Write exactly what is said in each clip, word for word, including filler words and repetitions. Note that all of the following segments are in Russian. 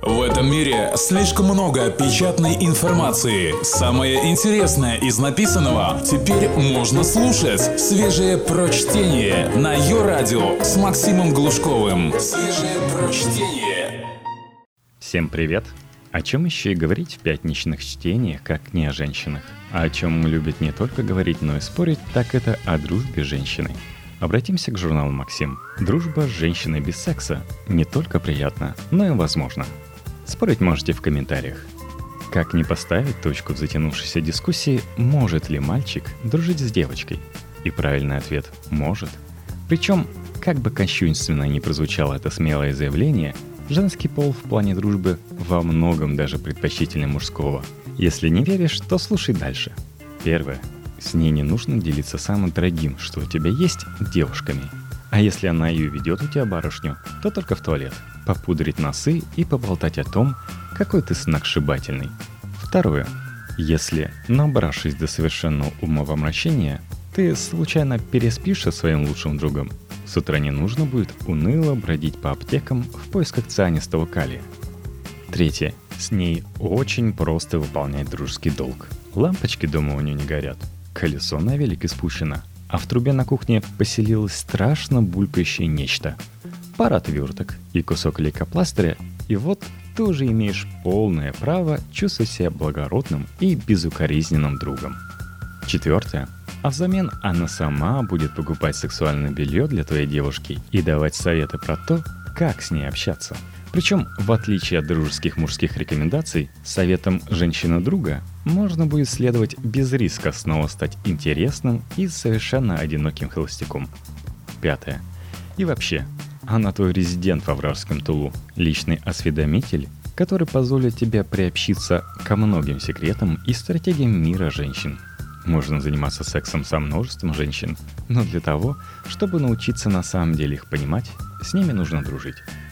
В этом мире слишком много печатной информации. Самое интересное из написанного теперь можно слушать. Свежее прочтение на Ё-радио с Максимом Глушковым. Свежее прочтение. Всем привет! О чем еще и говорить в пятничных чтениях, как не о женщинах? А о чем любят не только говорить, но и спорить, так это о дружбе с женщиной. Обратимся к журналу «Максим». Дружба с женщиной без секса не только приятна, но и возможна. Спорить можете в комментариях. Как не поставить точку в затянувшейся дискуссии, может ли мальчик дружить с девочкой? И правильный ответ – может. Причем, как бы кощунственно ни прозвучало это смелое заявление, женский пол в плане дружбы во многом даже предпочтительнее мужского. Если не веришь, то слушай дальше. Первое. С ней не нужно делиться самым дорогим, что у тебя есть, девушками. А если она ее ведет у тебя барышню, то только в туалет. Попудрить носы и поболтать о том, какой ты сногсшибательный. Второе. Если, набравшись до совершенного умопомрачения, ты случайно переспишь со своим лучшим другом, с утра не нужно будет уныло бродить по аптекам в поисках цианистого калия. Третье. С ней очень просто выполнять дружеский долг. Лампочки дома у нее не горят. Колесо на велике спущено, а в трубе на кухне поселилось страшно булькающее нечто. Пара отверток и кусок лейкопластыря, и вот ты уже имеешь полное право чувствовать себя благородным и безукоризненным другом. Четвертое. А взамен она сама будет покупать сексуальное белье для твоей девушки и давать советы про то, как с ней общаться. Причем, в отличие от дружеских мужских рекомендаций, советам женщины-друга можно будет следовать без риска снова стать интересным и совершенно одиноким холостяком. Пятое. И вообще, она твой резидент во вражеском тылу, личный осведомитель, который позволит тебе приобщиться ко многим секретам и стратегиям мира женщин. Можно заниматься сексом со множеством женщин, но для того, чтобы научиться на самом деле их понимать, с ними нужно дружить.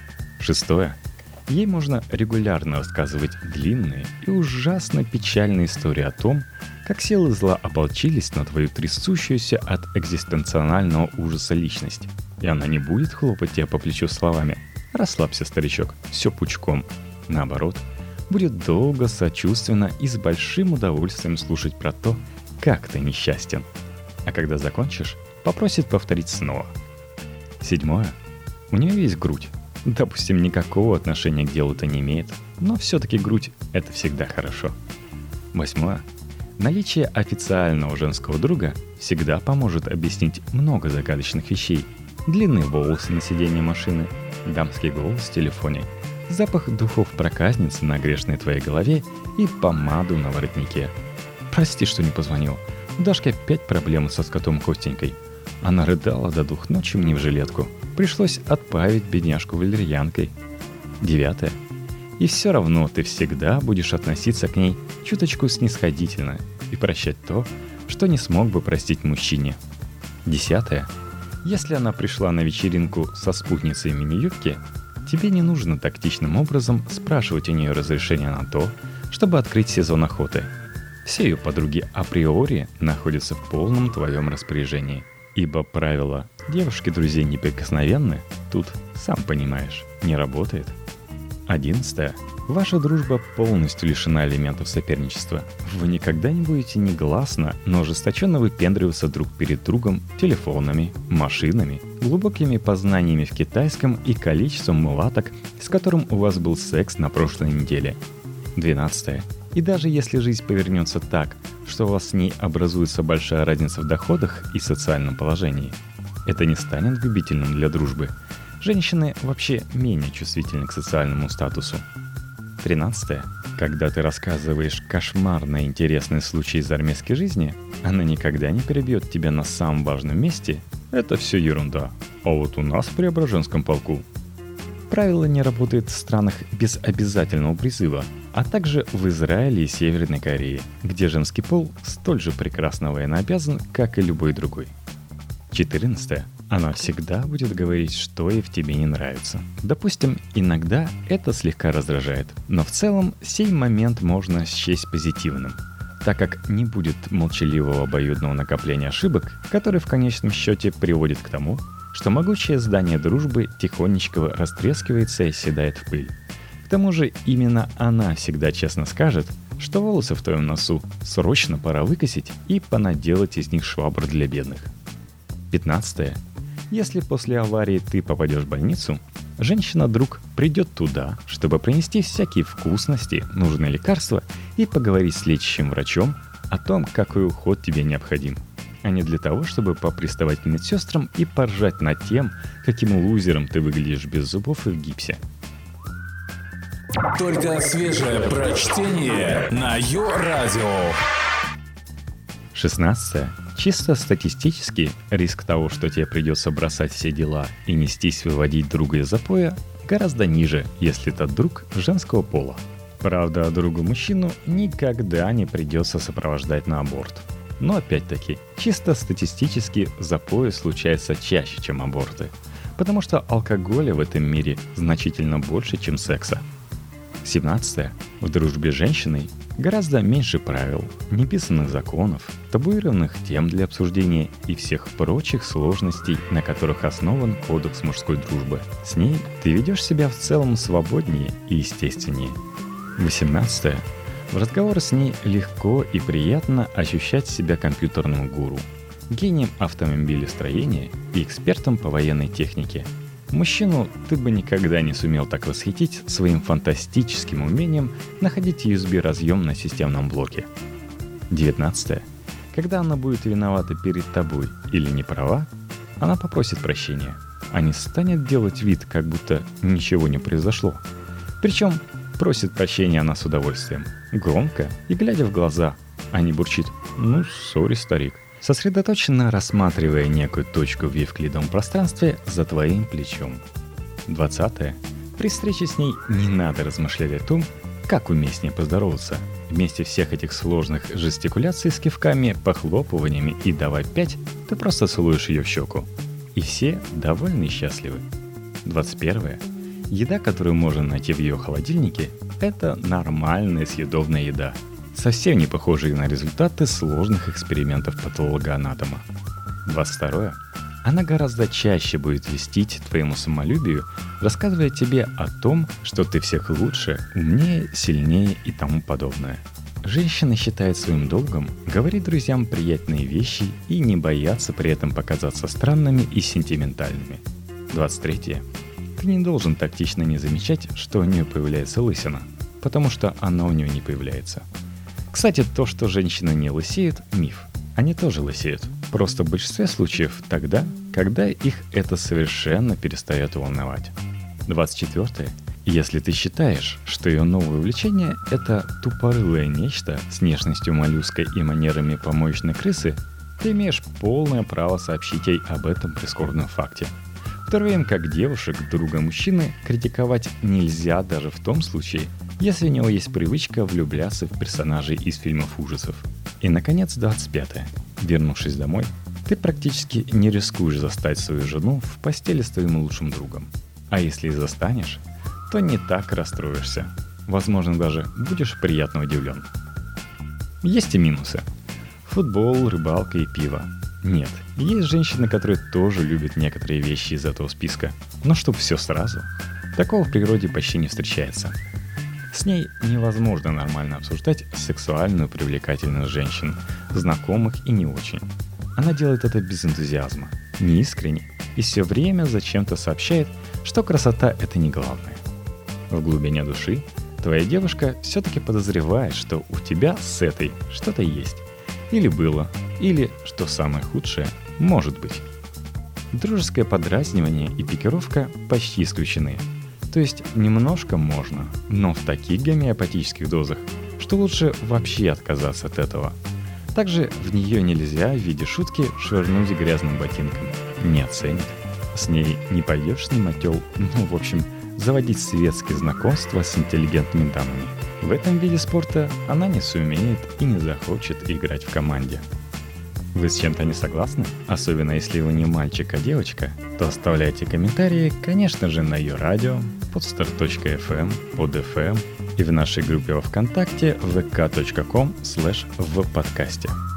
Шестое. Ей можно регулярно рассказывать длинные и ужасно печальные истории о том, как силы зла ополчились на твою трясущуюся от экзистенционального ужаса личность. И она не будет хлопать тебя по плечу словами «Расслабься, старичок, все пучком». Наоборот, будет долго, сочувственно и с большим удовольствием слушать про то, как ты несчастен. А когда закончишь, попросит повторить снова. Седьмое. У нее есть грудь. Допустим, никакого отношения к делу-то не имеет, но все-таки грудь – это всегда хорошо. Восьмое. Наличие официального женского друга всегда поможет объяснить много загадочных вещей. Длинные волосы на сиденье машины, дамский голос в телефоне, запах духов проказницы на грешной твоей голове и помаду на воротнике. Прости, что не позвонил. У Дашки опять проблемы со скотом Костенькой. Она рыдала до двух ночи мне в жилетку. Пришлось отправить бедняжку валерьянкой. Девятое. И все равно ты всегда будешь относиться к ней чуточку снисходительно и прощать то, что не смог бы простить мужчине. Десятое. Если она пришла на вечеринку со спутницей в мини-юбке, тебе не нужно тактичным образом спрашивать у нее разрешения на то, чтобы открыть сезон охоты. Все ее подруги априори находятся в полном твоем распоряжении. Ибо правило «девушки друзей неприкосновенны» тут, сам понимаешь, не работает. Одиннадцатое. Ваша дружба полностью лишена элементов соперничества. Вы никогда не будете негласно, но ожесточенно выпендриваться друг перед другом телефонами, машинами, глубокими познаниями в китайском и количеством мулаток, с которым у вас был секс на прошлой неделе. Двенадцатое. И даже если жизнь повернется так, что у вас с ней образуется большая разница в доходах и социальном положении, это не станет губительным для дружбы. Женщины вообще менее чувствительны к социальному статусу. Тринадцатое. Когда ты рассказываешь кошмарно интересный случай из армейской жизни, она никогда не перебьет тебя на самом важном месте. Это все ерунда. А вот у нас в Преображенском полку. Правило не работает в странах без обязательного призыва, а также в Израиле и Северной Корее, где женский пол столь же прекрасно военнообязан, как и любой другой. четырнадцатое. Она всегда будет говорить, что ей в тебе не нравится. Допустим, иногда это слегка раздражает, но в целом сей момент можно счесть позитивным, так как не будет молчаливого обоюдного накопления ошибок, которые в конечном счете приводит к тому, что могучее здание дружбы тихонечко растрескивается и оседает в пыль. К тому же именно она всегда честно скажет, что волосы в твоем носу срочно пора выкосить и понаделать из них швабр для бедных. пятнадцатое. Если после аварии ты попадешь в больницу, женщина-друг придет туда, чтобы принести всякие вкусности, нужные лекарства и поговорить с лечащим врачом о том, какой уход тебе необходим, а не для того, чтобы поприставать к медсестрам и поржать над тем, каким лузером ты выглядишь без зубов и в гипсе. Только свежее прочтение на Йо-Радио. шестнадцатое. Чисто статистически риск того, что тебе придется бросать все дела и нестись выводить друга из запоя, гораздо ниже, если этот друг женского пола. Правда, другу мужчину никогда не придется сопровождать на аборт. Но опять-таки, чисто статистически запои случаются чаще, чем аборты, потому что алкоголя в этом мире значительно больше, чем секса. семнадцатое. В дружбе с женщиной гораздо меньше правил, неписанных законов, табуированных тем для обсуждения и всех прочих сложностей, на которых основан кодекс мужской дружбы. С ней ты ведешь себя в целом свободнее и естественнее. восемнадцатое. В разговоре с ней легко и приятно ощущать себя компьютерным гуру, гением автомобилестроения и экспертом по военной технике. Мужчину ты бы никогда не сумел так восхитить своим фантастическим умением находить ю эс би-разъем на системном блоке. девятнадцатое. Когда она будет виновата перед тобой или не права, она попросит прощения, а не станет делать вид, как будто ничего не произошло. Причем просит прощения она с удовольствием, громко и глядя в глаза, а не бурчит «ну, сори, старик», сосредоточенно рассматривая некую точку в евклидовом пространстве за твоим плечом. двадцатое. При встрече с ней не надо размышлять о том, как уместнее поздороваться. Вместе всех этих сложных жестикуляций с кивками, похлопываниями и «давай пять» ты просто целуешь ее в щеку. И все довольны и счастливы. двадцать первое. Еда, которую можно найти в ее холодильнике, это нормальная съедобная еда, совсем не похожие на результаты сложных экспериментов патологоанатома. двадцать второе. Она гораздо чаще будет льстить твоему самолюбию, рассказывая тебе о том, что ты всех лучше, умнее, сильнее и тому подобное. Женщина считает своим долгом говорить друзьям приятные вещи и не бояться при этом показаться странными и сентиментальными. двадцать третье. Ты не должен тактично не замечать, что у нее появляется лысина, потому что она у нее не появляется. Кстати, то, что женщины не лысеют – миф. Они тоже лысеют. Просто в большинстве случаев тогда, когда их это совершенно перестает волновать. двадцать четвертое. Если ты считаешь, что ее новое увлечение – это тупорылое нечто с внешностью моллюска и манерами помоечной крысы, ты имеешь полное право сообщить ей об этом прискорбном факте. В то время как девушек друга мужчины критиковать нельзя даже в том случае, если у него есть привычка влюбляться в персонажей из фильмов ужасов. И, наконец, двадцать пятое. Вернувшись домой, ты практически не рискуешь застать свою жену в постели с твоим лучшим другом. А если и застанешь, то не так расстроишься. Возможно, даже будешь приятно удивлен. Есть и минусы. Футбол, рыбалка и пиво. Нет, есть женщины, которые тоже любят некоторые вещи из этого списка. Но чтоб все сразу. Такого в природе почти не встречается. С ней невозможно нормально обсуждать сексуальную привлекательность женщин, знакомых и не очень. Она делает это без энтузиазма, неискренне и все время зачем-то сообщает, что красота – это не главное. В глубине души твоя девушка все-таки подозревает, что у тебя с этой что-то есть. Или было, или, что самое худшее, может быть. Дружеское подразнивание и пикировка почти исключены. То есть немножко можно, но в таких гомеопатических дозах, что лучше вообще отказаться от этого. Также в нее нельзя в виде шутки швырнуть грязным ботинком. Не оценит. С ней не пойдешь снимать тел, ну, в общем, заводить светские знакомства с интеллигентными дамами. В этом виде спорта она не сумеет и не захочет играть в команде. Вы с чем-то не согласны? Особенно если вы не мальчик, а девочка, то оставляйте комментарии, конечно же, на Йо-Радио, подстар точка эф эм, под эф эм и в нашей группе во ВКонтакте вэ ка точка ком слэш в подкасте.